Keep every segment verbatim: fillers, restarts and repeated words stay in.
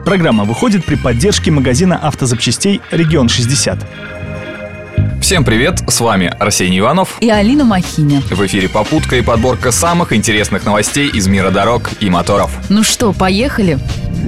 Программа выходит при поддержке магазина автозапчастей «Регион шестьдесят». Всем привет, с вами Арсений Иванов и Алина Махиня. В эфире попутка и подборка самых интересных новостей из мира дорог и моторов. Ну что, поехали?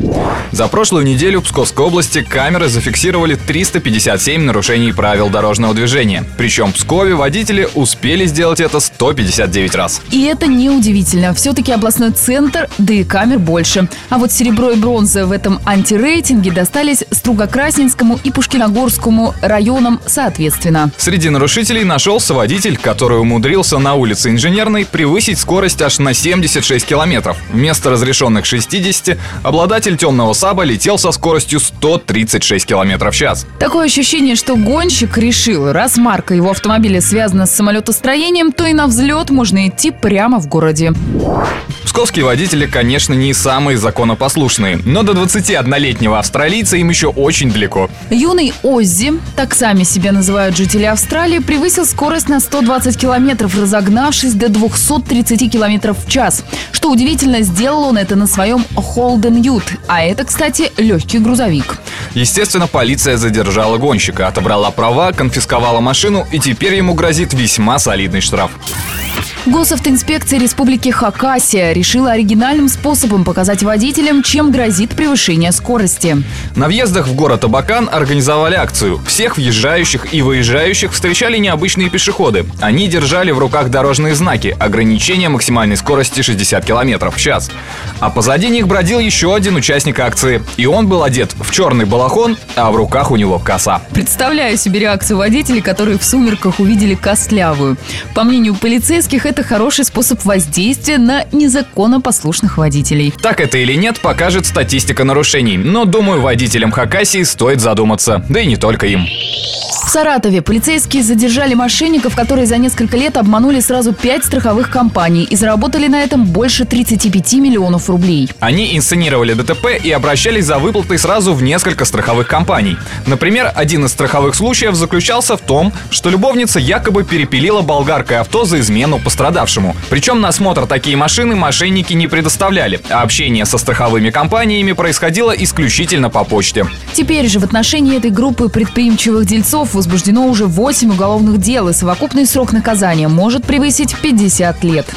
За прошлую неделю в Псковской области камеры зафиксировали триста пятьдесят семь нарушений правил дорожного движения. Причем в Пскове водители успели сделать это сто пятьдесят девять раз. И это неудивительно. Все-таки областной центр, да и камер больше. А вот серебро и бронза в этом антирейтинге достались Стругокрасненскому и Пушкиногорскому районам соответственно. Среди нарушителей нашелся водитель, который умудрился на улице Инженерной превысить скорость аж на семьдесят шесть километров. Вместо разрешенных шестидесяти обладатель темного Саба летел со скоростью сто тридцать шесть километров в час. Такое ощущение, что гонщик решил, раз марка его автомобиля связана с самолетостроением, то и на взлет можно идти прямо в городе. Псковские водители, конечно, не самые законопослушные, но до двадцатиоднолетнего австралийца им еще очень далеко. Юный Оззи, так сами себя называют жители Австралии, превысил скорость на сто двадцать километров, разогнавшись до двухсот тридцати километров в час. Что удивительно, сделал он это на своем Holden Ute, а это, кстати, легкий грузовик. Естественно, полиция задержала гонщика, отобрала права, конфисковала машину, и теперь ему грозит весьма солидный штраф. Госавтоинспекция Республики Хакасия решила оригинальным способом показать водителям, чем грозит превышение скорости. На въездах в город Абакан организовали акцию. Всех въезжающих и выезжающих встречали необычные пешеходы. Они держали в руках дорожные знаки, ограничение максимальной скорости шестьдесят километров в час. А позади них бродил еще один участник акции. И он был одет в черный балахон, а в руках у него коса. Представляю себе реакцию водителей, которые в сумерках увидели костлявую. По мнению полицейских, это хороший способ воздействия на незаконопослушных водителей. Так это или нет, покажет статистика нарушений. Но, думаю, водителям Хакасии стоит задуматься. Да и не только им. В Саратове полицейские задержали мошенников, которые за несколько лет обманули сразу пять страховых компаний и заработали на этом больше тридцати пяти миллионов рублей. Они инсценировали ДТП и обращались за выплатой сразу в несколько страховых компаний. Например, один из страховых случаев заключался в том, что любовница якобы перепилила болгаркой авто за измену пострадавшему. Причем на осмотр такие машины мошенники не предоставляли, а общение со страховыми компаниями происходило исключительно по почте. Теперь же в отношении этой группы предприимчивых дельцов возбуждено уже восемь уголовных дел, и совокупный срок наказания может превысить пятьдесят лет.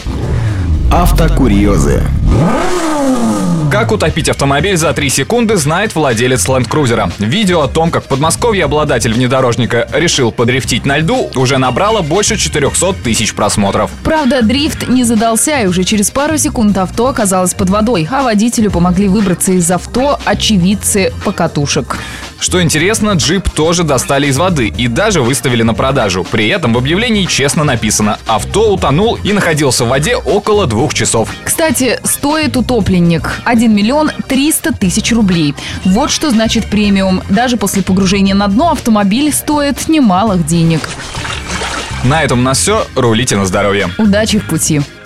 Автокурьезы. Как утопить автомобиль за три секунды, знает владелец ленд-крузера. Видео о том, как в Подмосковье обладатель внедорожника решил подрифтить на льду, уже набрало больше четырехсот тысяч просмотров. Правда, дрифт не задался, и уже через пару секунд авто оказалось под водой, а водителю помогли выбраться из авто очевидцы покатушек. Что интересно, джип тоже достали из воды и даже выставили на продажу. При этом в объявлении честно написано: авто утонул и находился в воде около двух часов. Кстати, стоит утопленник один миллион триста тысяч рублей. Вот что значит премиум. Даже после погружения на дно автомобиль стоит немалых денег. На этом у нас все. Рулите на здоровье. Удачи в пути.